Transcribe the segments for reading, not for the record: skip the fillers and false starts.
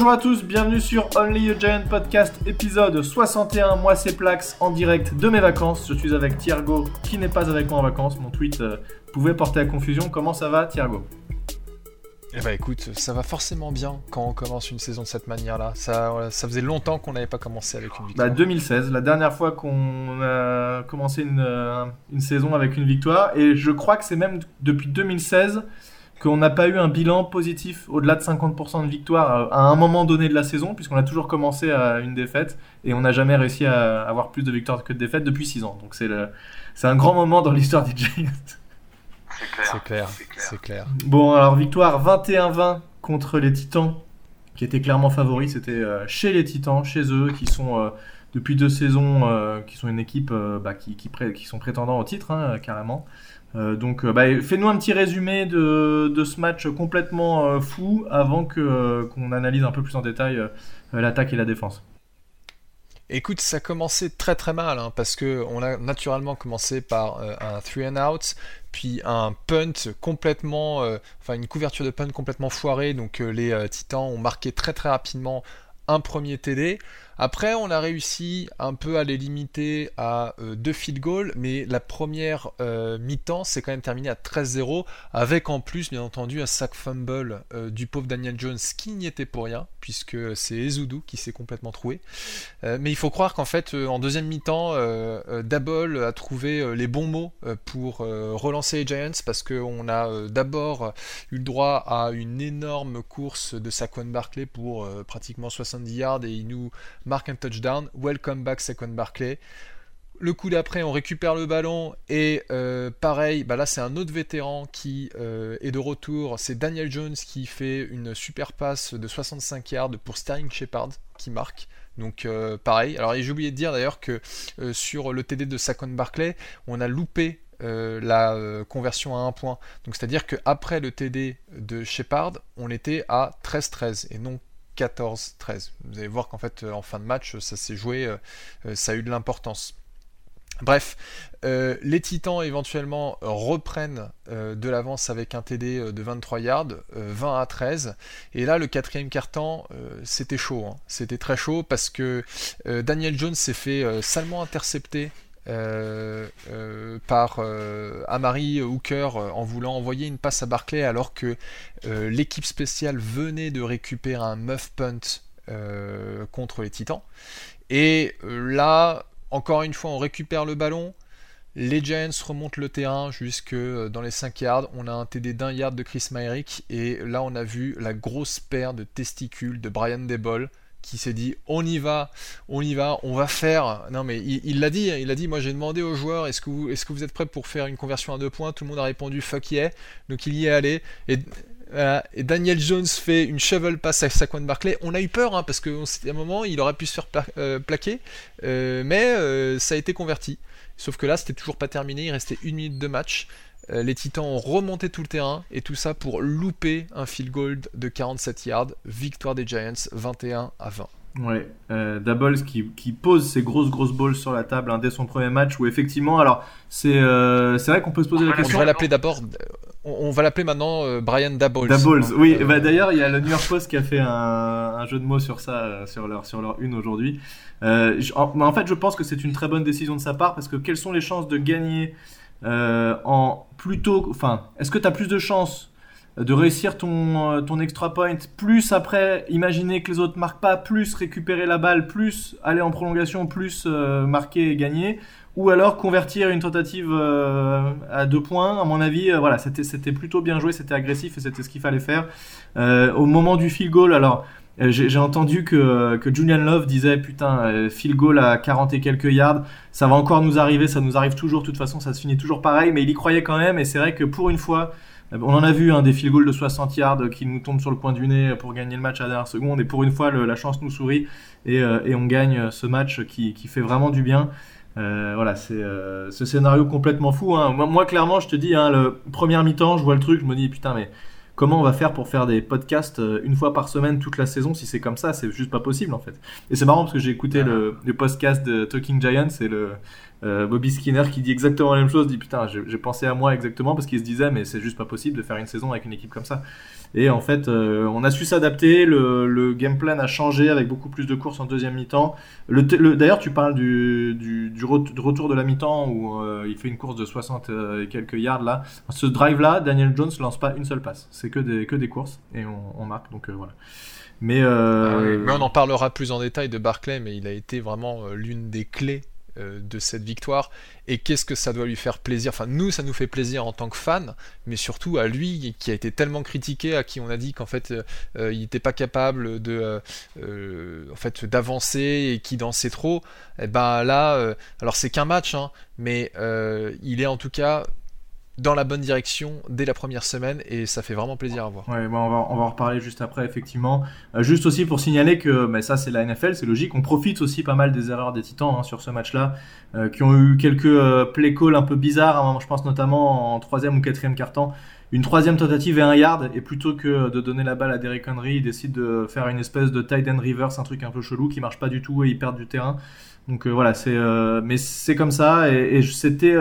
Bonjour à tous, bienvenue sur Only a Giant Podcast, épisode 61. Moi c'est Plax, en direct de mes vacances. Je suis avec Thiergo, qui n'est pas avec moi en vacances. Mon tweet pouvait porter à confusion. Comment ça va, Thiergo ? Eh bah écoute, ça va forcément bien quand on commence une saison de cette manière-là. Ça faisait longtemps qu'on n'avait pas commencé avec une victoire. 2016, la dernière fois qu'on a commencé une saison avec une victoire. Et je crois que c'est même depuis 2016 qu'on n'a pas eu un bilan positif au-delà de 50% de victoire à un moment donné de la saison, puisqu'on a toujours commencé à une défaite et on n'a jamais réussi à avoir plus de victoires que de défaites depuis 6 ans. Donc c'est un grand moment dans l'histoire des Giants. C'est clair. Bon, alors victoire 21-20 contre les Titans, qui étaient clairement favoris. C'était chez les Titans, chez eux, qui sont depuis 2 saisons, qui sont une équipe qui sont prétendants au titre, carrément. Donc, fais-nous un petit résumé de ce match complètement fou avant qu'on analyse un peu plus en détail l'attaque et la défense. Écoute, ça commençait très très mal, parce qu'on a naturellement commencé par un 3 and out, puis un punt complètement, une couverture de punt complètement foirée, donc les Titans ont marqué très très rapidement un premier TD. Après, on a réussi un peu à les limiter à 2 field goals, mais la première mi-temps s'est quand même terminée à 13-0, avec en plus, bien entendu, un sack fumble du pauvre Daniel Jones qui n'y était pour rien, puisque c'est Ezeudu qui s'est complètement troué. Mais il faut croire qu'en fait, en deuxième mi-temps, Daboll a trouvé les bons mots pour relancer les Giants, parce qu'on a d'abord eu le droit à une énorme course de Saquon Barkley pour pratiquement 70 yards, et il nous marque un touchdown. Welcome back Saquon Barkley. Le coup d'après, on récupère le ballon et pareil, là c'est un autre vétéran qui est de retour. C'est Daniel Jones qui fait une super passe de 65 yards pour Sterling Shepard qui marque. Donc pareil. Alors j'ai oublié de dire d'ailleurs que sur le TD de Saquon Barkley, on a loupé la conversion à 1 point. Donc c'est-à-dire qu'après le TD de Shepard, on était à 13-13 et non 14-13. Vous allez voir qu'en fait, en fin de match, ça s'est joué, ça a eu de l'importance. Bref, les Titans éventuellement reprennent de l'avance avec un TD de 23 yards, 20-13. Et là, le quatrième quart-temps, c'était chaud. C'était très chaud parce que Daniel Jones s'est fait salement intercepter par Amari Hooker en voulant envoyer une passe à Barkley alors que l'équipe spéciale venait de récupérer un muff punt contre les Titans. Et là, encore une fois, on récupère le ballon. Les Giants remontent le terrain jusque dans les 5 yards. On a un TD d'1 yard de Chris Myarick. Et là, on a vu la grosse paire de testicules de Brian Daboll qui s'est dit on y va, on va faire. Non mais il l'a dit, moi j'ai demandé aux joueurs est-ce que vous êtes prêts pour faire une conversion à 2 points, tout le monde a répondu fuck yeah, donc il y est allé, et Daniel Jones fait une shovel pass à Saquon Barkley. On a eu peur parce qu'à un moment il aurait pu se faire plaquer, mais ça a été converti, sauf que là c'était toujours pas terminé, il restait 1 minute de match. Les Titans ont remonté tout le terrain et tout ça pour louper un field goal de 47 yards. Victoire des Giants 21-20. Ouais, Daboll qui pose ses grosses balls sur la table dès son premier match, où effectivement, alors c'est vrai qu'on peut se poser la question. On va l'appeler d'abord. On va l'appeler maintenant Brian Daboll. Oui. D'ailleurs, il y a le New York Post qui a fait un jeu de mots sur ça sur leur une aujourd'hui. En fait, je pense que c'est une très bonne décision de sa part, parce que quelles sont les chances de gagner est-ce que tu as plus de chances de réussir ton extra point, plus après imaginer que les autres marquent pas, plus récupérer la balle, plus aller en prolongation, plus marquer et gagner, ou alors convertir une tentative à 2 points? À mon avis, c'était plutôt bien joué, c'était agressif et c'était ce qu'il fallait faire. Au moment du field goal, alors j'ai entendu que Julian Love disait putain, field goal à 40 et quelques yards, ça va encore nous arriver, ça nous arrive toujours, de toute façon ça se finit toujours pareil, mais il y croyait quand même. Et c'est vrai que pour une fois, on en a vu des field goals de 60 yards qui nous tombent sur le coin du nez pour gagner le match à la dernière seconde, et pour une fois la chance nous sourit et on gagne ce match qui fait vraiment du bien. C'est ce scénario complètement fou. Moi clairement je te dis, le première mi-temps je vois le truc, je me dis putain, mais comment on va faire pour faire des podcasts une fois par semaine toute la saison si c'est comme ça, c'est juste pas possible en fait. Et c'est marrant parce que j'ai écouté le podcast de Talking Giants et le Bobby Skinner qui dit exactement la même chose, dit putain j'ai pensé à moi exactement parce qu'il se disait mais c'est juste pas possible de faire une saison avec une équipe comme ça. Et en fait on a su s'adapter, le game plan a changé avec beaucoup plus de courses en deuxième mi-temps. D'ailleurs tu parles du retour de la mi-temps où il fait une course de 60 et quelques yards là. Ce drive là, Daniel Jones lance pas une seule passe, c'est que des courses et on marque, donc voilà. Mais on en parlera plus en détail de Barkley, mais il a été vraiment l'une des clés de cette victoire. Et qu'est-ce que ça doit lui faire plaisir, enfin nous ça nous fait plaisir en tant que fans, mais surtout à lui qui a été tellement critiqué, à qui on a dit qu'en fait il n'était pas capable en fait d'avancer et qui dansait trop. Et ben là alors c'est qu'un match hein, mais il est en tout cas dans la bonne direction dès la première semaine et ça fait vraiment plaisir à voir. Ouais, bon, on va en reparler juste après, effectivement. Juste aussi pour signaler que mais ça c'est la NFL, c'est logique, on profite aussi pas mal des erreurs des Titans hein, sur ce match-là, qui ont eu quelques play calls un peu bizarres, hein, je pense notamment en 3e ou 4e quart-temps. Une 3e tentative et 1 yard, et plutôt que de donner la balle à Derrick Henry, ils décident de faire une espèce de tight end reverse, un truc un peu chelou qui marche pas du tout et ils perdent du terrain. Donc voilà, mais c'est comme ça, et c'était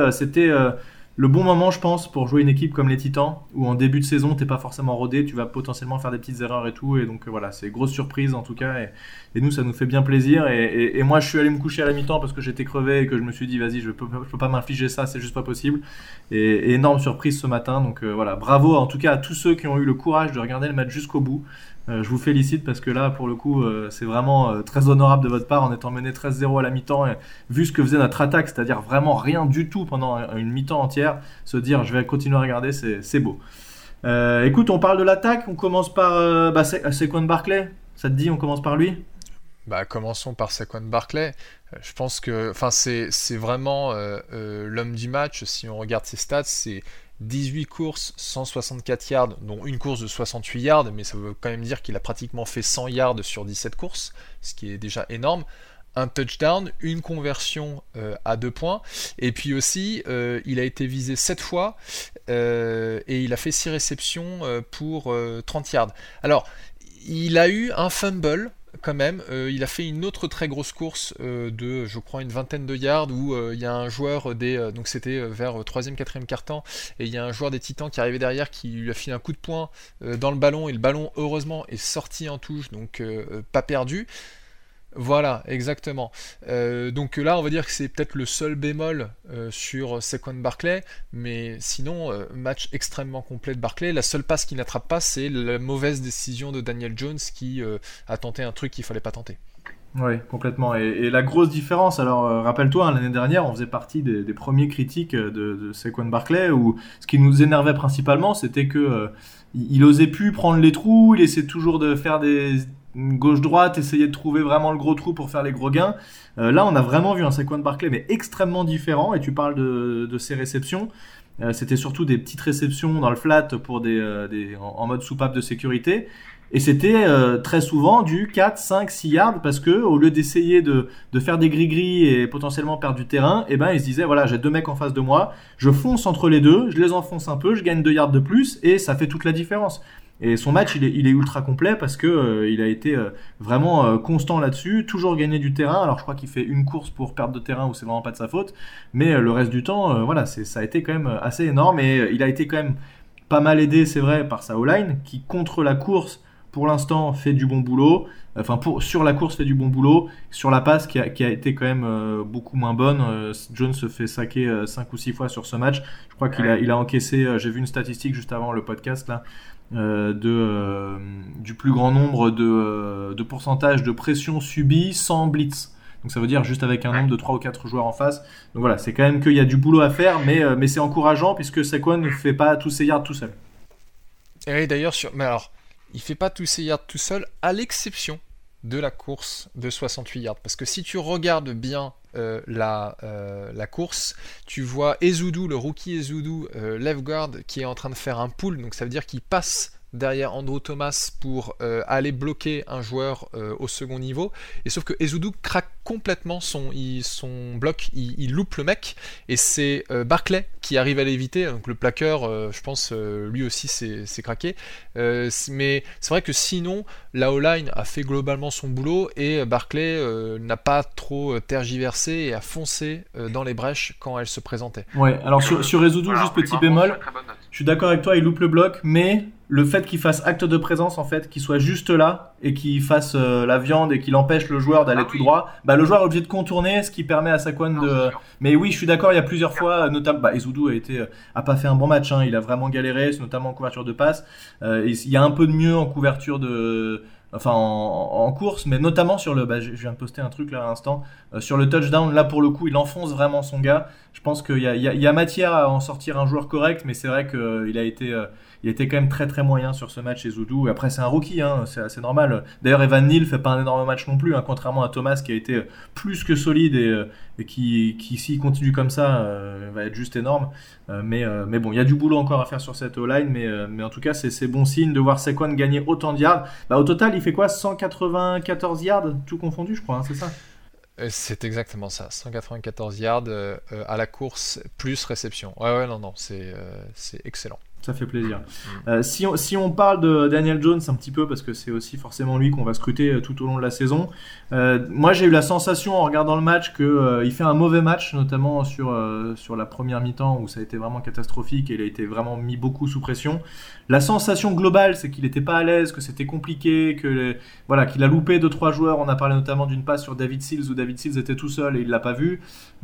le bon moment, je pense, pour jouer une équipe comme les Titans, où en début de saison, t'es pas forcément rodé, tu vas potentiellement faire des petites erreurs et tout, et donc voilà, c'est grosse surprise en tout cas, et nous, ça nous fait bien plaisir, et moi, je suis allé me coucher à la mi-temps parce que j'étais crevé et que je me suis dit, vas-y, je peux pas m'infliger ça, c'est juste pas possible, et énorme surprise ce matin, donc voilà, bravo en tout cas à tous ceux qui ont eu le courage de regarder le match jusqu'au bout. Je vous félicite parce que là, pour le coup, c'est vraiment très honorable de votre part en étant mené 13-0 à la mi-temps. Et vu ce que faisait notre attaque, c'est-à-dire vraiment rien du tout pendant une mi-temps entière, se dire je vais continuer à regarder, c'est beau. Écoute, on parle de l'attaque. On commence par Saquon Barkley. Ça te dit, on commence par lui ? Commençons par Saquon Barkley. Je pense que c'est vraiment l'homme du match. Si on regarde ses stats, c'est 18 courses, 164 yards, dont une course de 68 yards, mais ça veut quand même dire qu'il a pratiquement fait 100 yards sur 17 courses, ce qui est déjà énorme. Un touchdown, une conversion à 2 points, et puis aussi il a été visé 7 fois et il a fait 6 réceptions pour 30 yards. Alors, il a eu un fumble quand même, il a fait une autre très grosse course de, je crois, une vingtaine de yards où il y a un joueur donc c'était vers 3e, 4e quart-temps, et il y a un joueur des Titans qui arrivait derrière qui lui a filé un coup de poing dans le ballon, et le ballon heureusement est sorti en touche, donc pas perdu. Voilà, exactement. Donc là, on va dire que c'est peut-être le seul bémol sur Saquon Barkley, mais sinon, match extrêmement complet de Barkley. La seule passe qu'il n'attrape pas, c'est la mauvaise décision de Daniel Jones qui a tenté un truc qu'il fallait pas tenter. Oui, complètement. Et la grosse différence, alors rappelle-toi, hein, l'année dernière, on faisait partie des premiers critiques de Saquon Barkley, où ce qui nous énervait principalement, c'était que il osait plus prendre les trous, il essayait toujours de faire des gauche-droite, essayer de trouver vraiment le gros trou pour faire les gros gains. Là, on a vraiment vu un Saquon Barkley, mais extrêmement différent, et tu parles de ses réceptions. C'était surtout des petites réceptions dans le flat pour en mode soupape de sécurité. Et c'était très souvent du 4, 5, 6 yards parce que au lieu d'essayer de faire des gris-gris et potentiellement perdre du terrain, eh ben, ils se disaient voilà, j'ai 2 mecs en face de moi, je fonce entre les deux, je les enfonce un peu, je gagne 2 yards de plus et ça fait toute la différence. Et son match, il est ultra complet parce que il a été vraiment constant là-dessus, toujours gagné du terrain. Alors je crois qu'il fait une course pour perdre de terrain où c'est vraiment pas de sa faute, mais le reste du temps, voilà, ça a été quand même assez énorme et il a été quand même pas mal aidé, c'est vrai, par sa O-line qui contre la course pour l'instant fait du bon boulot. Enfin, sur la course fait du bon boulot. Sur la passe qui a été quand même beaucoup moins bonne. Jones se fait saquer 5 ou 6 fois sur ce match. Je crois qu'il a encaissé, j'ai vu une statistique juste avant le podcast là, du plus grand nombre de pourcentage de pression subie sans blitz. Donc ça veut dire juste avec un nombre de 3 ou 4 joueurs en face. Donc voilà, c'est quand même qu'il y a du boulot à faire, mais c'est encourageant puisque Saquon ne fait pas tous ses yards tout seul. Et d'ailleurs, mais alors, il fait pas tous ses yards tout seul, à l'exception de la course de 68 yards. Parce que si tu regardes bien la course, tu vois Ezeudu, le rookie Ezeudu, left guard, qui est en train de faire un pull, donc ça veut dire qu'il passe derrière Andrew Thomas pour aller bloquer un joueur au second niveau. Et sauf que Ezeudu craque complètement son bloc, il loupe le mec, et c'est Barclay qui arrive à l'éviter. Donc le plaqueur, je pense, lui aussi s'est craqué. Mais c'est vrai que sinon, la O-line a fait globalement son boulot, et Barclay n'a pas trop tergiversé et a foncé dans les brèches quand elle se présentait. Ouais, alors sur Ezeudu, juste petit bémol, je suis d'accord avec toi, il loupe le bloc, mais le fait qu'il fasse acte de présence, en fait, qu'il soit juste là et qu'il fasse la viande et qu'il empêche le joueur d'aller tout droit, bah le joueur est obligé de contourner, ce qui permet à Saquon de. Mais oui, je suis d'accord, il y a plusieurs fois, notamment, Ezeudu a pas fait un bon match, hein, il a vraiment galéré, notamment en couverture de passe. Il y a un peu de mieux en couverture enfin en course, mais notamment sur je viens de poster un truc là à l'instant, sur le touchdown, là pour le coup il enfonce vraiment son gars. Je pense qu'il y a matière à en sortir un joueur correct, mais c'est vrai qu'il a été quand même très très moyen sur ce match, Ezeudu. Après c'est un rookie, hein, c'est assez normal. D'ailleurs Evan Neal fait pas un énorme match non plus, hein, contrairement à Thomas qui a été plus que solide et qui s'il continue comme ça va être juste énorme. Mais bon, il y a du boulot encore à faire sur cette O-line, mais en tout cas c'est bon signe de voir Saquon gagner autant de yards. Au total il fait quoi, 194 yards tout confondu, je crois, hein, c'est ça? C'est exactement ça, 194 yards à la course plus réception. Ouais, non, c'est excellent. Ça fait plaisir. Si on parle de Daniel Jones un petit peu, parce que c'est aussi forcément lui qu'on va scruter tout au long de la saison, moi j'ai eu la sensation en regardant le match qu'il fait un mauvais match, notamment sur la première mi-temps où ça a été vraiment catastrophique et il a été vraiment mis beaucoup sous pression. La sensation globale, c'est qu'il n'était pas à l'aise, que c'était compliqué, qu'il a loupé 2-3 joueurs. On a parlé notamment d'une passe sur David Sills où David Sills était tout seul et il ne l'a pas vu.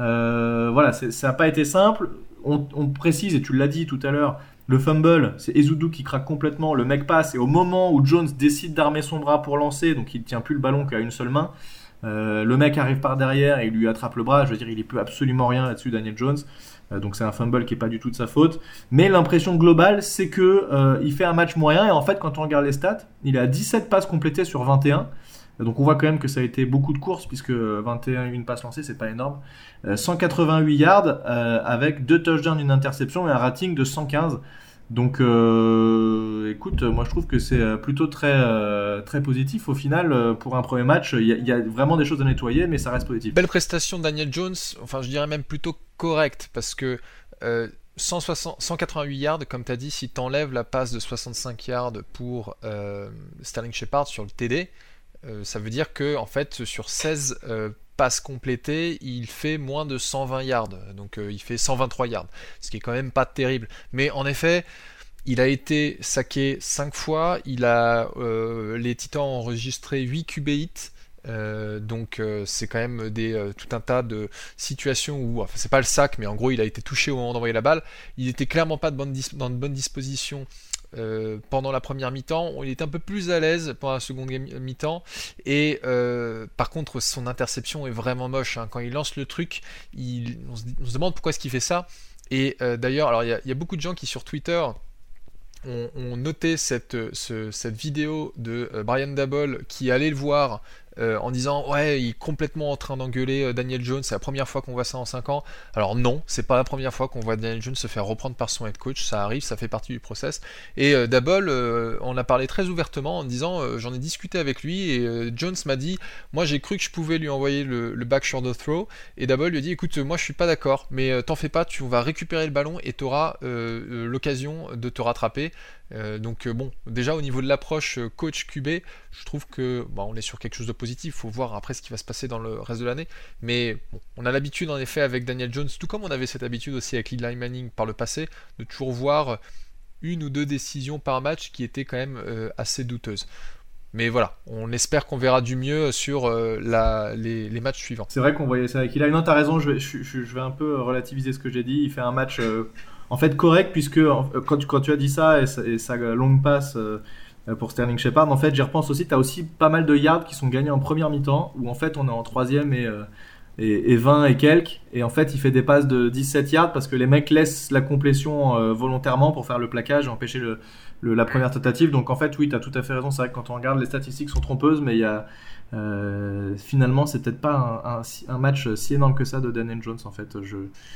Ça n'a pas été simple. On précise, et tu l'as dit tout à l'heure, le fumble, c'est Ezeudu qui craque complètement, le mec passe et au moment où Jones décide d'armer son bras pour lancer, donc il ne tient plus le ballon qu'à une seule main, le mec arrive par derrière et il lui attrape le bras. Je veux dire, il ne peut absolument rien là-dessus, Daniel Jones. Donc c'est un fumble qui n'est pas du tout de sa faute. Mais l'impression globale, c'est qu'il fait un match moyen, et en fait quand on regarde les stats, il a 17 passes complétées sur 21. Donc on voit quand même que ça a été beaucoup de courses, puisque 21 passes lancées, c'est pas énorme. 188 yards avec 2 touchdowns, une interception et un rating de 115. Donc écoute, moi je trouve que c'est plutôt très, très positif au final pour un premier match. Il y a vraiment des choses à nettoyer, mais ça reste positif. Belle prestation de Daniel Jones, enfin je dirais même plutôt correcte, parce que 188 yards, comme tu as dit, si tu enlèves la passe de 65 yards pour Sterling Shepard sur le TD, ça veut dire que en fait sur 16 passes complétées, il fait moins de 120 yards, donc il fait 123 yards, ce qui est quand même pas terrible. Mais en effet, il a été saqué 5 fois, les Titans ont enregistré 8 QB hits. Donc c'est quand même tout un tas de situations où, enfin c'est pas le sac, mais en gros il a été touché au moment d'envoyer la balle. Il était clairement pas dans de bonne disposition pendant la première mi-temps. Il était un peu plus à l'aise pendant la seconde mi-temps, et par contre son interception est vraiment moche, hein. Quand il lance le truc, on se demande pourquoi est-ce qu'il fait ça. Et d'ailleurs, alors il y a beaucoup de gens qui sur Twitter ont noté cette vidéo de Brian Daboll qui allait le voir en disant ouais, il est complètement en train d'engueuler Daniel Jones, c'est la première fois qu'on voit ça en 5 ans. Alors non, c'est pas la première fois qu'on voit Daniel Jones se faire reprendre par son head coach, ça arrive, ça fait partie du process. Et Daboll on a parlé très ouvertement en disant j'en ai discuté avec lui, et Jones m'a dit moi j'ai cru que je pouvais lui envoyer le back shoulder throw, et Daboll lui a dit écoute, moi je suis pas d'accord, mais t'en fais pas, tu vas récupérer le ballon et t'auras l'occasion de te rattraper. Donc bon, déjà au niveau de l'approche coach QB, je trouve que on est sur quelque chose de positif. Il faut voir après ce qui va se passer dans le reste de l'année, mais bon, on a l'habitude en effet avec Daniel Jones, tout comme on avait cette habitude aussi avec Eli Manning par le passé, de toujours voir une ou deux décisions par match qui étaient quand même assez douteuses. Mais voilà, on espère qu'on verra du mieux sur les matchs suivants. C'est vrai qu'on voyait ça avec Eli. Non, t'as raison, je vais un peu relativiser ce que j'ai dit. Il fait un match en fait correct, puisque quand tu as dit ça et sa longue passe pour Sterling Shepard, en fait j'y repense aussi, tu as aussi pas mal de yards qui sont gagnés en première mi-temps, où en fait on est en troisième et 20 et quelques, et en fait il fait des passes de 17 yards parce que les mecs laissent la complétion volontairement pour faire le plaquage et empêcher la première tentative. Donc en fait oui, tu as tout à fait raison, c'est vrai que quand on regarde les statistiques sont trompeuses, mais il y a finalement c'est peut-être pas un match si énorme que ça de Daniel Jones en fait.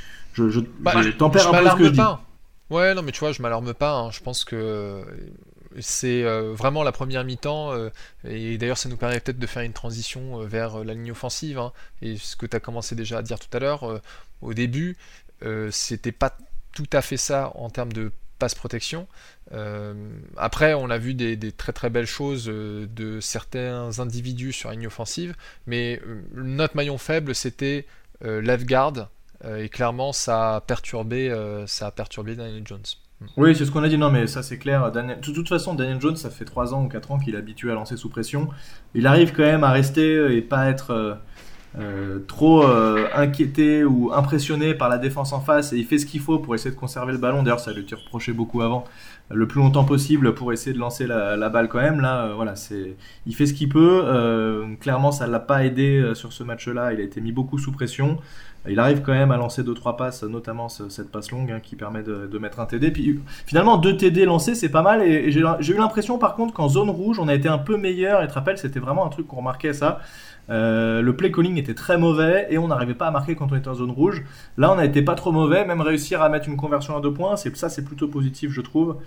Je tempère un peu ce que je dis. Ouais, non, mais tu vois, je m'alarme pas, hein. Je pense que c'est vraiment la première mi-temps, et d'ailleurs ça nous permet peut-être de faire une transition vers la ligne offensive, hein, et ce que tu as commencé déjà à dire tout à l'heure, au début, c'était pas tout à fait ça en termes de passe protection. Après, on a vu des très très belles choses de certains individus sur la ligne offensive, mais notre maillon faible c'était left guard, et clairement ça a perturbé Daniel Jones. Oui, c'est ce qu'on a dit. Non, mais ça, c'est clair. De toute façon, Daniel Jones, ça fait 3 ans ou 4 ans qu'il est habitué à lancer sous pression. Il arrive quand même à rester et pas être trop inquiété ou impressionné par la défense en face. Et il fait ce qu'il faut pour essayer de conserver le ballon. D'ailleurs, ça lui était reproché beaucoup avant. Le plus longtemps possible pour essayer de lancer la balle quand même. Là, voilà, il fait ce qu'il peut. Clairement, ça ne l'a pas aidé sur ce match-là. Il a été mis beaucoup sous pression. Il arrive quand même à lancer 2-3 passes, notamment cette passe longue qui permet de mettre un TD. Puis finalement, 2 TD lancés, c'est pas mal. Et j'ai eu l'impression par contre qu'en zone rouge, on a été un peu meilleur. Et tu te rappelles, c'était vraiment un truc qu'on remarquait ça. Le play calling était très mauvais et on n'arrivait pas à marquer quand on était en zone rouge. Là, on n'a été pas trop mauvais, même réussir à mettre une conversion à 2 points, c'est plutôt positif, je trouve.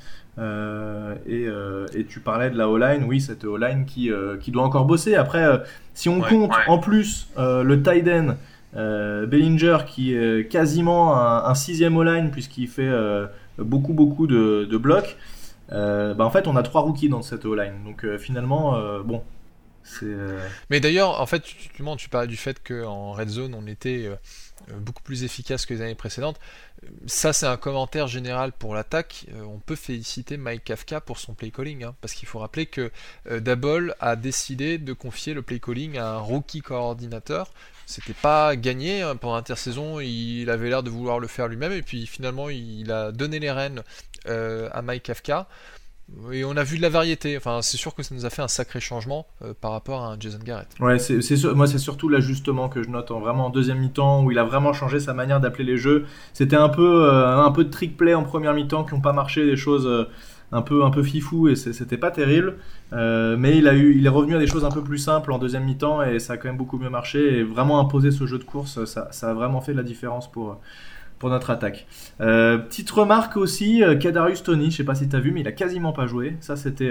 Et tu parlais de la O-line, oui, cette O-line qui doit encore bosser. Après, si on compte en plus le tight end, Bellinger qui est quasiment un 6ème O-line puisqu'il fait beaucoup de blocs, en fait on a 3 rookies dans cette O-line, donc finalement bon c'est Mais d'ailleurs en fait tu parlais du fait qu'en red zone on était beaucoup plus efficace que les années précédentes. Ça c'est un commentaire général pour l'attaque. On peut féliciter Mike Kafka pour son play calling, hein, parce qu'il faut rappeler que Daboll a décidé de confier le play calling à un rookie coordinateur. C'était pas gagné, hein. Pendant l'intersaison il avait l'air de vouloir le faire lui-même, et puis finalement il a donné les rênes à Mike Kafka, et on a vu de la variété. Enfin, c'est sûr que ça nous a fait un sacré changement par rapport à un Jason Garrett. Ouais, moi c'est surtout l'ajustement que je note vraiment en deuxième mi-temps où il a vraiment changé sa manière d'appeler les jeux. C'était un peu de trick play en première mi-temps qui n'ont pas marché, des choses un peu fifou, et c'était pas terrible. Mais il est revenu à des choses un peu plus simples en deuxième mi-temps et ça a quand même beaucoup mieux marché, et vraiment imposer ce jeu de course, ça a vraiment fait de la différence pour notre attaque. Petite remarque aussi, Kadarius Toney, je sais pas si tu as vu, mais il a quasiment pas joué. Ça c'était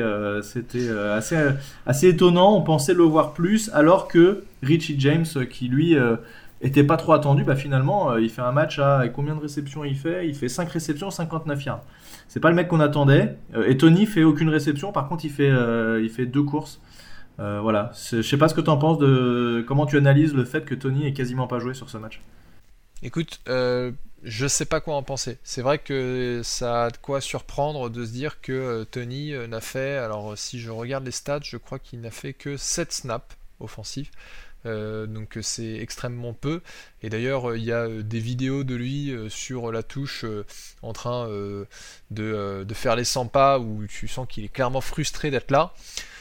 assez étonnant. On pensait le voir plus, alors que Richie James, qui lui était pas trop attendu, finalement il fait un match et combien de réceptions il fait 5 réceptions, 59 yards. C'est pas le mec qu'on attendait. Et Toney fait aucune réception, par contre il fait 2 courses. Voilà, je sais pas ce que tu en penses, comment tu analyses le fait que Toney ait quasiment pas joué sur ce match. Écoute, je sais pas quoi en penser. C'est vrai que ça a de quoi surprendre de se dire que Toney n'a fait, alors si je regarde les stats, je crois qu'il n'a fait que 7 snaps offensifs. Donc c'est extrêmement peu. Et d'ailleurs il y a des vidéos de lui sur la touche en train de faire les 100 pas, où tu sens qu'il est clairement frustré d'être là.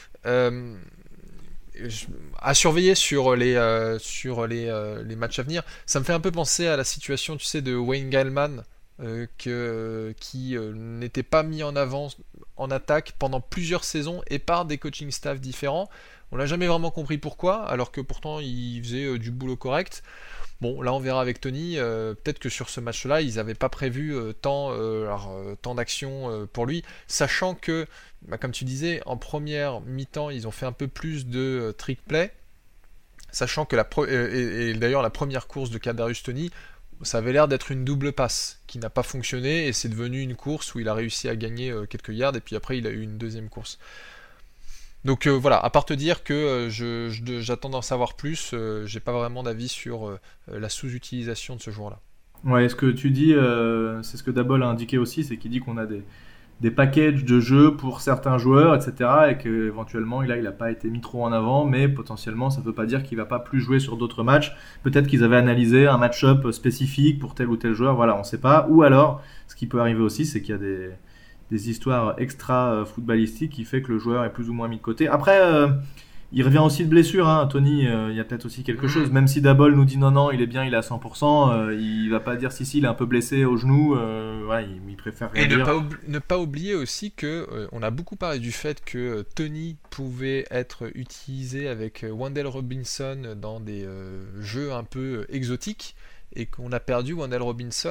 À surveiller sur les matchs à venir. Ça me fait un peu penser à la situation, tu sais, de Wayne Gallman, qui n'était pas mis en avant en attaque pendant plusieurs saisons et par des coaching staff différents. On l'a jamais vraiment compris pourquoi, alors que pourtant il faisait du boulot correct. Bon, là on verra avec Toney. Peut-être que sur ce match-là, ils n'avaient pas prévu tant d'actions pour lui, sachant que, comme tu disais, en première mi-temps, ils ont fait un peu plus de trick play, sachant que et d'ailleurs la première course de Kadarius Toney, ça avait l'air d'être une double passe qui n'a pas fonctionné, et c'est devenu une course où il a réussi à gagner quelques yards, et puis après il a eu une deuxième course. Donc voilà, à part te dire que j'attends d'en savoir plus, j'ai pas vraiment d'avis sur la sous-utilisation de ce joueur-là. Ouais, ce que tu dis, c'est ce que Daboll a indiqué aussi, c'est qu'il dit qu'on a des packages de jeux pour certains joueurs, etc. Et qu'éventuellement, il n'a pas été mis trop en avant, mais potentiellement, ça ne veut pas dire qu'il ne va pas plus jouer sur d'autres matchs. Peut-être qu'ils avaient analysé un match-up spécifique pour tel ou tel joueur, voilà, on ne sait pas. Ou alors, ce qui peut arriver aussi, c'est qu'il y a des histoires extra footballistiques qui fait que le joueur est plus ou moins mis de côté. Après, il revient aussi de blessure, hein. Toney, il y a peut-être aussi quelque chose. Même si Daboll nous dit non, il est bien, il est à 100%, il va pas dire si, il est un peu blessé au genou. Il préfère rien dire. Et ne pas oublier aussi que on a beaucoup parlé du fait que Toney pouvait être utilisé avec Wan'Dale Robinson dans des jeux un peu exotiques, et qu'on a perdu Wan'Dale Robinson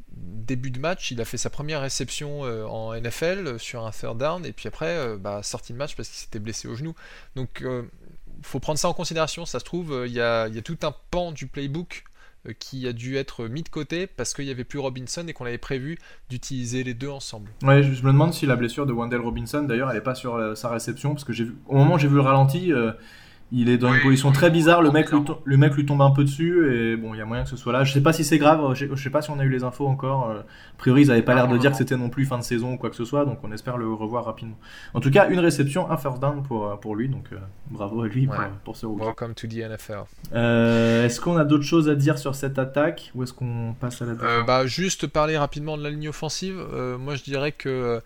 début de match, il a fait sa première réception en NFL sur un third down, et puis après, sortie de match parce qu'il s'était blessé au genou. Donc, faut prendre ça en considération. Ça se trouve, il y a tout un pan du playbook qui a dû être mis de côté parce qu'il n'y avait plus Robinson et qu'on avait prévu d'utiliser les deux ensemble. Ouais, je me demande si la blessure de Wendell Robinson, d'ailleurs, elle est pas sur sa réception, parce que au moment où j'ai vu le ralenti, il est dans une position très bizarre, le mec lui tombe un peu dessus, et bon, il y a moyen que ce soit là. Je sais pas si c'est grave, je sais pas si on a eu les infos encore. A priori, ils avaient pas l'air de dire que c'était non plus fin de saison ou quoi que ce soit, donc on espère le revoir rapidement. En tout cas, une réception, un first down pour lui, donc bravo à lui pour ce rookie. Welcome to the NFL. Est-ce qu'on a d'autres choses à dire sur cette attaque, ou est-ce qu'on passe à la défense? Juste parler rapidement de la ligne offensive. Moi, je dirais que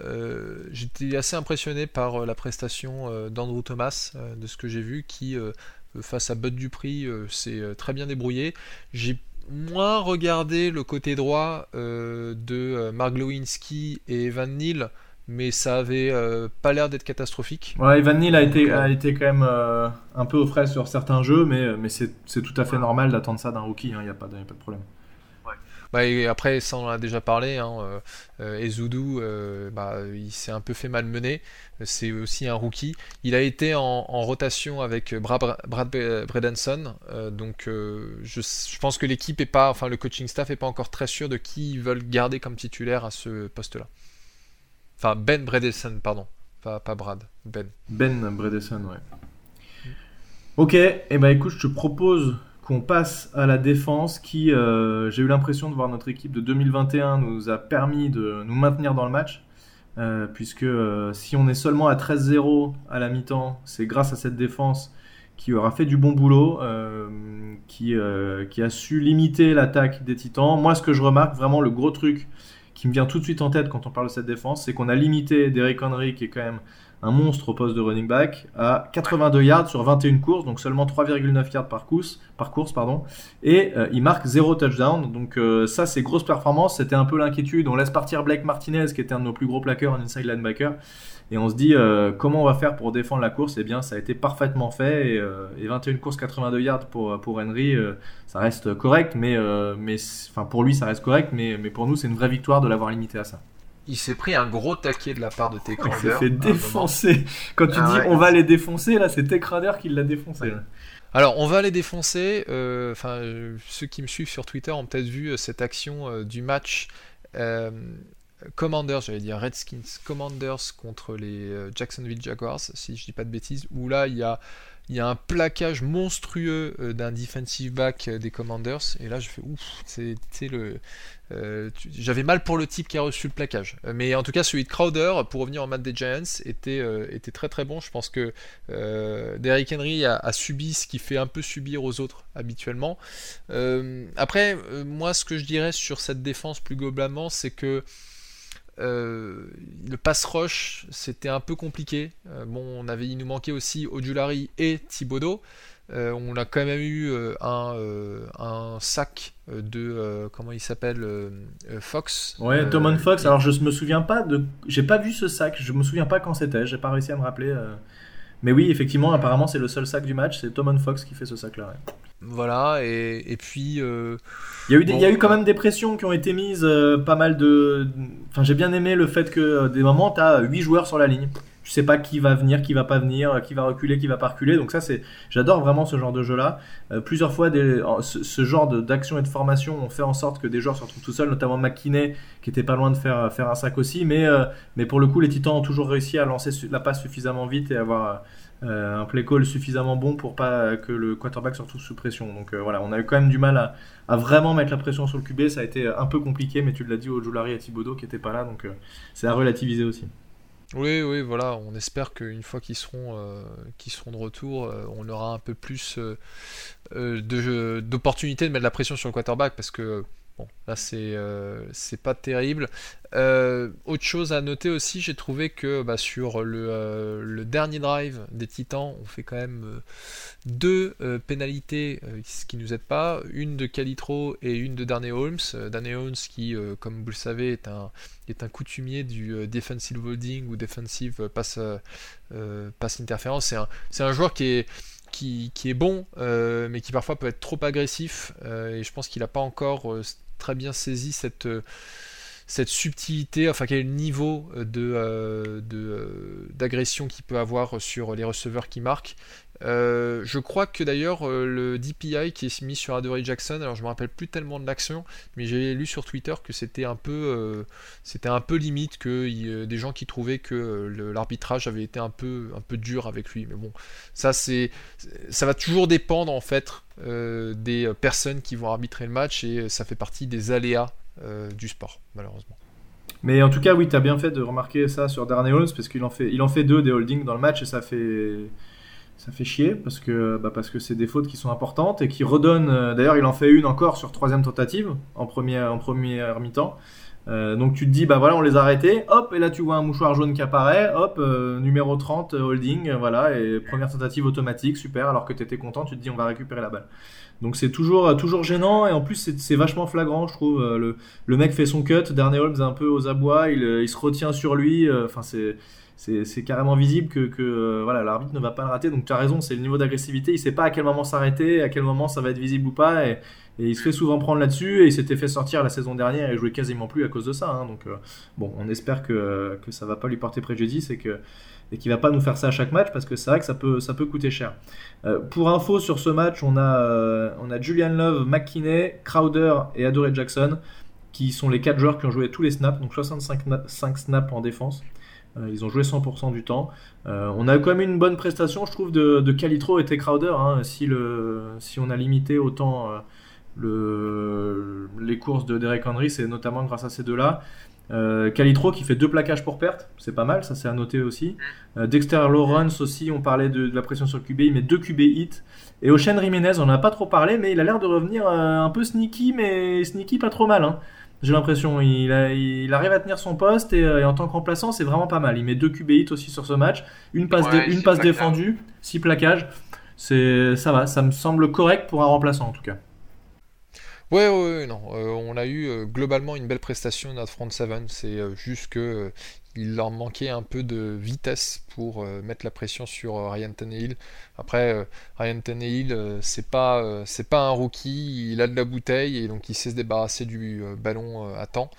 j'étais assez impressionné par la prestation d'Andrew Thomas, de ce que j'ai vu, qui face à Bud Dupree s'est très bien débrouillé. J'ai moins regardé le côté droit de Mark Glowinski et Evan Neal, mais ça avait pas l'air d'être catastrophique. Ouais, Evan Neal a été quand même un peu aux fraises sur certains jeux, mais c'est tout à fait normal d'attendre ça d'un rookie, il n'y a pas de problème. Et après, ça on en a déjà parlé, Ezeudu, il s'est un peu fait malmener, c'est aussi un rookie. Il a été en rotation avec Brad Bredenson, donc je pense que l'équipe le coaching staff est pas encore très sûr de qui ils veulent garder comme titulaire à ce poste-là. Enfin, Ben Bredeson, pardon, pas Brad, Ben. Ben Bredeson, ouais. Ok, écoute, je te propose qu'on passe à la défense qui, j'ai eu l'impression de voir notre équipe de 2021 nous a permis de nous maintenir dans le match, puisque si on est seulement à 13-0 à la mi-temps, c'est grâce à cette défense qui aura fait du bon boulot, qui a su limiter l'attaque des Titans. Moi, ce que je remarque, vraiment le gros truc qui me vient tout de suite en tête quand on parle de cette défense, c'est qu'on a limité Derrick Henry, qui est quand même un monstre au poste de running back, à 82 yards sur 21 courses, donc seulement 3,9 yards par course, et il marque 0 touchdown, donc ça c'est grosse performance. C'était un peu l'inquiétude, on laisse partir Blake Martinez qui était un de nos plus gros plaqueurs en inside linebacker, et on se dit comment on va faire pour défendre la course. Bien ça a été parfaitement fait, et 21 courses 82 yards pour Henry, ça reste correct, mais pour lui ça reste correct, mais pour nous c'est une vraie victoire de l'avoir limité à ça. Il s'est pris un gros taquet de la part de Tech Raider. Il s'est fait défoncer. Quand tu dis on va les défoncer, là c'est Tech Raider qui l'a défoncé. Ouais. Alors on va les défoncer. Ceux qui me suivent sur Twitter ont peut-être vu cette action du match Commanders, j'allais dire Redskins Commanders contre les Jacksonville Jaguars, si je dis pas de bêtises, où là il y a un plaquage monstrueux d'un defensive back des Commanders, et là je fais ouf, j'avais mal pour le type qui a reçu le plaquage. Mais en tout cas, celui de Crowder, pour revenir en match des Giants, était très très bon. Je pense que Derrick Henry a subi ce qu'il fait un peu subir aux autres habituellement. Après, moi, ce que je dirais sur cette défense plus globalement, c'est que le pass rush c'était un peu compliqué. Il nous manquait aussi Ojulari et Thibodeau. On a quand même eu un sac de comment il s'appelle, Fox. Ouais, Tomon Fox. Alors je me souviens pas j'ai pas vu ce sac. Je me souviens pas quand c'était. J'ai pas réussi à me rappeler. Mais oui, effectivement, apparemment c'est le seul sac du match. C'est Tomon Fox qui fait ce sac-là. Ouais. Voilà, et puis il y a eu quand même des pressions qui ont été mises, pas mal de. Enfin, j'ai bien aimé le fait que des moments t'as 8 joueurs sur la ligne. Tu sais pas qui va venir, qui va pas venir, qui va reculer, qui va pas reculer. Donc ça, j'adore vraiment ce genre de jeu-là. Plusieurs fois, ce genre d'action et de formation ont fait en sorte que des joueurs se retrouvent tout seuls, notamment McKinney, qui était pas loin de faire un sac aussi. Mais pour le coup, les Titans ont toujours réussi à lancer la passe suffisamment vite et avoir un play call suffisamment bon pour pas que le quarterback se retrouve sous pression. Donc voilà, on a eu quand même du mal à vraiment mettre la pression sur le QB. Ça a été un peu compliqué, mais tu l'as dit, Ojulari et Thibodeau qui étaient pas là, donc c'est à relativiser aussi. Oui, voilà, on espère qu'une fois qu'ils seront de retour, on aura un peu plus d'opportunités de mettre la pression sur le quarterback, parce que bon, là c'est pas terrible. Autre chose à noter aussi, j'ai trouvé que sur le dernier drive des Titans, on fait quand même 2 pénalités, ce qui nous aide pas, une de Calitro et une de Darnay Holmes. Darnay Holmes qui, comme vous le savez, est un coutumier du defensive holding ou defensive pass interference. C'est un joueur qui est qui est bon, mais qui parfois peut être trop agressif. Et je pense qu'il n'a pas encore très bien saisi cette subtilité, enfin quel est le niveau d'agression qu'il peut avoir sur les receveurs qui marquent. Je crois que d'ailleurs le DPI qui est mis sur Adoree Jackson, alors je me rappelle plus tellement de l'action, mais j'ai lu sur Twitter que c'était un peu limite, que des gens qui trouvaient que l'arbitrage avait été un peu dur avec lui. Mais bon, ça va toujours dépendre en fait des personnes qui vont arbitrer le match, et ça fait partie des aléas du sport, malheureusement. Mais en tout cas, oui, tu as bien fait de remarquer ça sur Darnay Holmes, parce qu'il en fait 2 des holdings dans le match, et ça fait chier, parce que c'est des fautes qui sont importantes et qui redonnent. D'ailleurs, il en fait une encore sur 3ème tentative en première mi-temps. Donc tu te dis, voilà, on les a arrêtés, hop, et là tu vois un mouchoir jaune qui apparaît, hop, numéro 30, holding, voilà, et première tentative automatique, super, alors que tu étais content, tu te dis, on va récupérer la balle. Donc c'est toujours gênant, et en plus c'est vachement flagrant, je trouve. Le mec fait son cut, Darnay Holmes est un peu aux abois, il se retient sur lui, enfin c'est carrément visible que voilà, l'arbitre ne va pas le rater. Donc tu as raison, c'est le niveau d'agressivité, il sait pas à quel moment s'arrêter, à quel moment ça va être visible ou pas, et il se fait souvent prendre là-dessus, et il s'était fait sortir la saison dernière et jouait quasiment plus à cause de ça, hein. Donc bon, on espère que ça va pas lui porter préjudice, et qu'il va pas nous faire ça à chaque match, parce que c'est vrai que ça peut coûter cher. Pour info, sur ce match, on a Julian Love, McKinney, Crowder et Adoree Jackson, qui sont les 4 joueurs qui ont joué tous les snaps, donc 65 snaps en défense. Ils ont joué 100% du temps. On a quand même une bonne prestation, je trouve, de Calitro et T. Crowder, hein. Si on a limité autant les courses de Derek Henry, c'est notamment grâce à ces deux-là. Calitro qui fait 2 plaquages pour perte, c'est pas mal, ça c'est à noter aussi. Dexter Lawrence aussi, on parlait de la pression sur le QB, il met 2 QB hits. Et Ocean Jimenez, on n'a pas trop parlé, mais il a l'air de revenir un peu sneaky, mais sneaky pas trop mal, hein. J'ai l'impression, il arrive à tenir son poste, et en tant que remplaçant, c'est vraiment pas mal. Il met 2 QB hits aussi sur ce match, une passe défendue, 6 plaquages. Ça va, ça me semble correct pour un remplaçant en tout cas. Ouais, non. On a eu globalement une belle prestation de notre front seven. C'est juste que il leur manquait un peu de vitesse pour mettre la pression sur Ryan Tannehill. Après, Ryan Tannehill, c'est pas un rookie. Il a de la bouteille, et donc il sait se débarrasser du ballon à temps.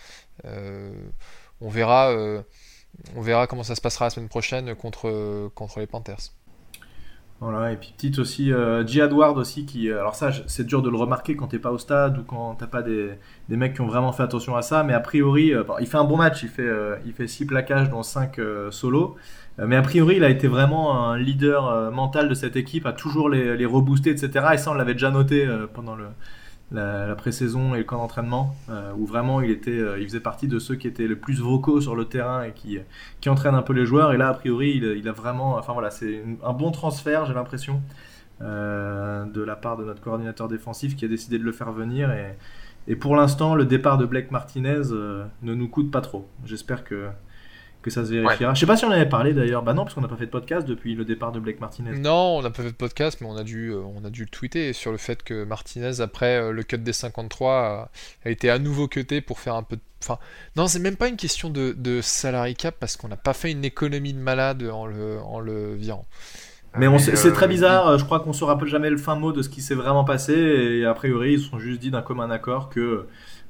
On verra comment ça se passera la semaine prochaine contre les Panthers. Voilà, et puis petite aussi, J. Edward aussi, alors ça c'est dur de le remarquer quand t'es pas au stade, ou quand t'as pas des mecs qui ont vraiment fait attention à ça, mais a priori, il fait un bon match, il fait 6 plaquages dont 5 solos, mais a priori il a été vraiment un leader mental de cette équipe, à toujours les rebooster, etc. Et ça on l'avait déjà noté pendant la pré-saison et le camp d'entraînement, où vraiment il faisait partie de ceux qui étaient le plus vocaux sur le terrain, et qui entraînent un peu les joueurs. Et là a priori il a vraiment, enfin voilà, c'est un bon transfert, j'ai l'impression, de la part de notre coordinateur défensif, qui a décidé de le faire venir, et pour l'instant le départ de Blake Martinez ne nous coûte pas trop. J'espère que ça se vérifiera. Ouais. Je sais pas si on en avait parlé d'ailleurs. Non, parce qu'on n'a pas fait de podcast depuis le départ de Blake Martinez. Non, on n'a pas fait de podcast, mais on a dû le tweeter sur le fait que Martinez, après le cut des 53, a été à nouveau cuté pour faire un peu de... Enfin, non, c'est même pas une question de salary cap, parce qu'on n'a pas fait une économie de malade en le virant. Mais c'est très bizarre, je crois qu'on ne se rappelle jamais le fin mot de ce qui s'est vraiment passé, et a priori ils se sont juste dit d'un commun accord que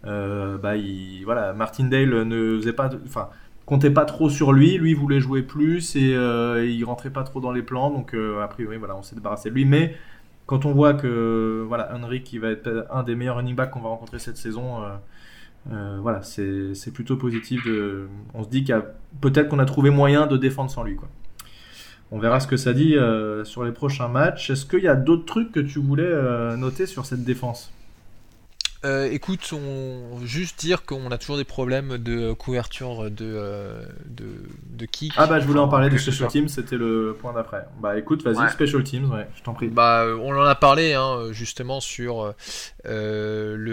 Martindale ne faisait pas... comptait pas trop sur lui voulait jouer plus, et il rentrait pas trop dans les plans, donc a priori voilà, on s'est débarrassé de lui. Mais quand on voit que voilà, Henry, qui va être un des meilleurs running backs qu'on va rencontrer cette saison, voilà, c'est plutôt positif. On se dit peut-être qu'on a trouvé moyen de défendre sans lui, quoi. On verra ce que ça dit sur les prochains matchs. Est-ce qu'il y a d'autres trucs que tu voulais noter sur cette défense ? Écoute, juste dire qu'on a toujours des problèmes de couverture de kick. Je voulais en parler du Special Teams, c'était le point d'après. Écoute, vas-y, ouais. Special Teams, ouais, je t'en prie. On en a parlé, hein, justement, sur le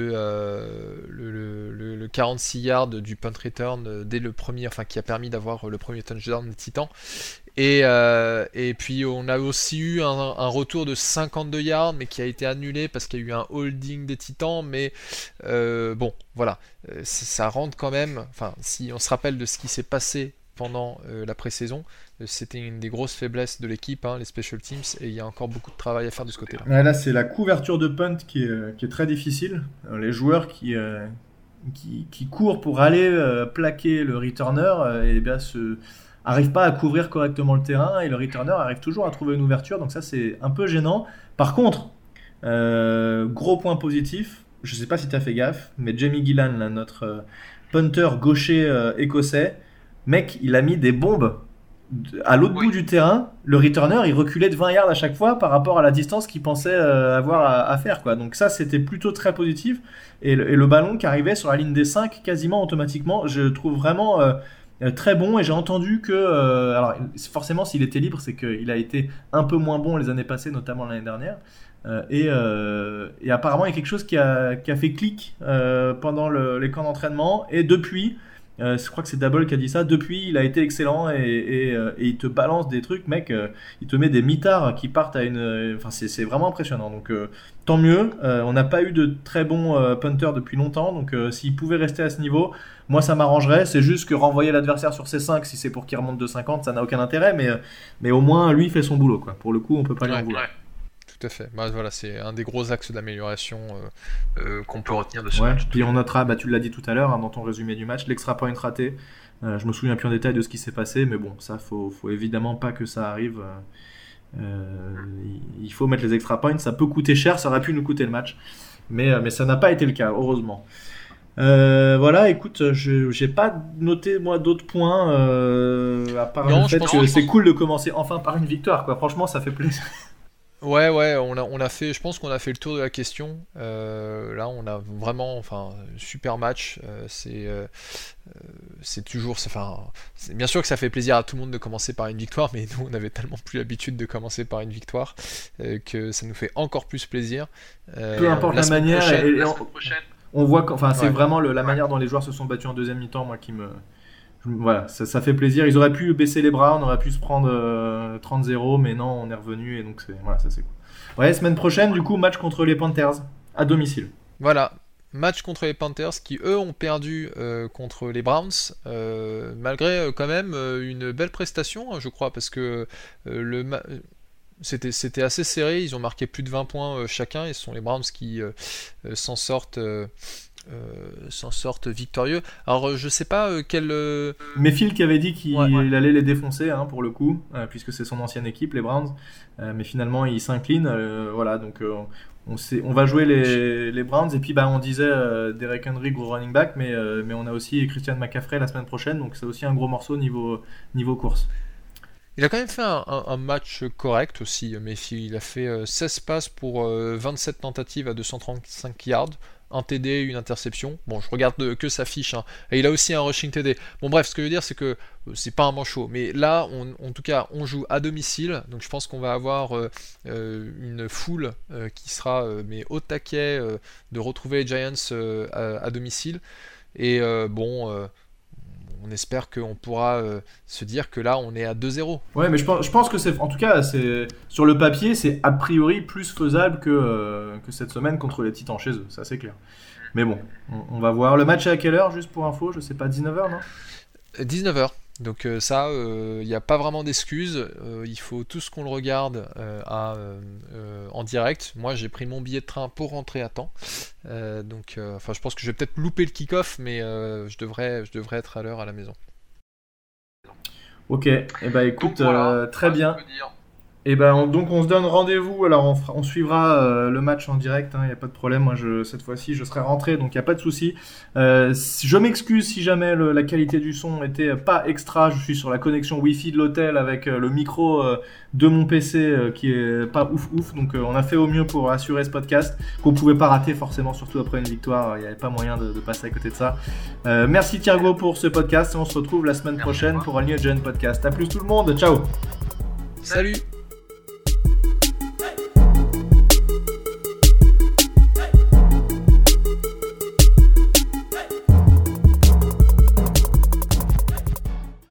46 yards du punt return dès le premier, enfin qui a permis d'avoir le premier touchdown des Titans. Et puis on a aussi eu un retour de 52 yards, mais qui a été annulé parce qu'il y a eu un holding des Titans. Mais bon, voilà, ça rentre quand même. Enfin, si on se rappelle de ce qui s'est passé pendant la pré-saison. C'était une des grosses faiblesses de l'équipe, les special teams, et il y a encore beaucoup de travail à faire de ce côté-là. Ouais, là, c'est la couverture de punt qui est très difficile. Les joueurs qui courent pour aller plaquer le returner arrivent pas à couvrir correctement le terrain, et le returner arrive toujours à trouver une ouverture, donc ça c'est un peu gênant. Par contre, gros point positif, je sais pas si tu as fait gaffe, mais Jamie Gillan, là, notre punter gaucher écossais, mec, il a mis des bombes à l'autre bout du terrain. Le returner, il reculait de 20 yards à chaque fois par rapport à la distance qu'il pensait avoir à faire, quoi. Donc ça, c'était plutôt très positif. Et le ballon qui arrivait sur la ligne des 5 quasiment automatiquement, je trouve vraiment très bon. Et j'ai entendu que, alors forcément, s'il était libre, c'est qu'il a été un peu moins bon les années passées, notamment l'année dernière. Et apparemment, il y a quelque chose qui a fait clic pendant les camps d'entraînement. Et depuis, je crois que c'est Double qui a dit ça, depuis, il a été excellent et il te balance des trucs, mec. Il te met des mitards qui partent à une. Enfin, c'est vraiment impressionnant. Donc, tant mieux. On n'a pas eu de très bons punters depuis longtemps. Donc, s'il pouvait rester à ce niveau, moi, ça m'arrangerait. C'est juste que renvoyer l'adversaire sur C5, si c'est pour qu'il remonte de 50, ça n'a aucun intérêt. Mais au moins, lui, il fait son boulot, quoi. Pour le coup, on peut pas lui en vouloir. Tout à fait. Voilà, c'est un des gros axes d'amélioration qu'on peut retenir de ce match. Puis on notera, tu l'as dit tout à l'heure dans ton résumé du match, l'extra point raté. Je me souviens plus en détail de ce qui s'est passé, mais bon, ça, faut évidemment pas que ça arrive. Il faut mettre les extra points. Ça peut coûter cher, ça aurait pu nous coûter le match, mais ça n'a pas été le cas, heureusement. Voilà, écoute, j'ai pas noté moi d'autres points à part le fait que c'est cool de commencer enfin par une victoire, quoi. Franchement, ça fait plaisir. Ouais, on a fait, je pense qu'on a fait le tour de la question. Là, on a vraiment, super match. C'est toujours, c'est bien sûr que ça fait plaisir à tout le monde de commencer par une victoire, mais nous, on avait tellement plus l'habitude de commencer par une victoire que ça nous fait encore plus plaisir. Peu importe la manière. On voit, c'est vraiment la manière dont les joueurs se sont battus en deuxième mi-temps, moi qui me. Voilà, ça fait plaisir. Ils auraient pu baisser les bras, on aurait pu se prendre 30-0, mais non, on est revenu et donc ça c'est cool. Ouais, semaine prochaine, du coup, match contre les Panthers à domicile. Voilà, match contre les Panthers qui eux ont perdu contre les Browns, malgré quand même une belle prestation, je crois, parce que c'était assez serré. Ils ont marqué plus de 20 points chacun et ce sont les Browns qui s'en sortent victorieux. Alors je sais pas quel. Mais Phil qui avait dit qu'il allait les défoncer pour le coup, puisque c'est son ancienne équipe, les Browns. Mais finalement il s'incline. Voilà, donc on va jouer les Browns et puis on disait Derek Henry gros running back, mais on a aussi Christian McCaffrey la semaine prochaine, donc c'est aussi un gros morceau niveau course. Il a quand même fait un match correct aussi, Mayfield. Il a fait 16 passes pour 27 tentatives à 235 yards. Un TD, une interception. Bon, je regarde que sa fiche. Et il a aussi un rushing TD. Bon, bref, ce que je veux dire, c'est que c'est pas un manchot. Mais là, en tout cas, on joue à domicile. Donc, je pense qu'on va avoir une foule qui sera au taquet de retrouver les Giants à domicile. Et on espère qu'on pourra se dire que là, on est à 2-0. Ouais, mais je pense que c'est, en tout cas, sur le papier, c'est a priori plus faisable que cette semaine contre les Titans chez eux, ça c'est clair. Mais bon, on va voir. Le match est à quelle heure, juste pour info? Je sais pas, 19h, non? 19h. Donc ça, il n'y a pas vraiment d'excuses. Il faut tous qu'on le regarde en direct. Moi, j'ai pris mon billet de train pour rentrer à temps. Je pense que je vais peut-être louper le kick-off, mais je devrais être à l'heure à la maison. Ok, écoute, donc, voilà, très bien. Donc on se donne rendez-vous. Alors on suivra le match en direct, il n'y a pas de problème. Moi cette fois-ci je serai rentré, donc il n'y a pas de souci. Je m'excuse si jamais la qualité du son était pas extra. Je suis sur la connexion Wi-Fi de l'hôtel avec le micro de mon PC qui est pas ouf. Donc on a fait au mieux pour assurer ce podcast qu'on pouvait pas rater forcément, surtout après une victoire. Il n'y avait pas moyen de passer à côté de ça. Merci Thiergo pour ce podcast et on se retrouve la semaine prochaine pour un New Gen podcast. À plus tout le monde, ciao. Salut.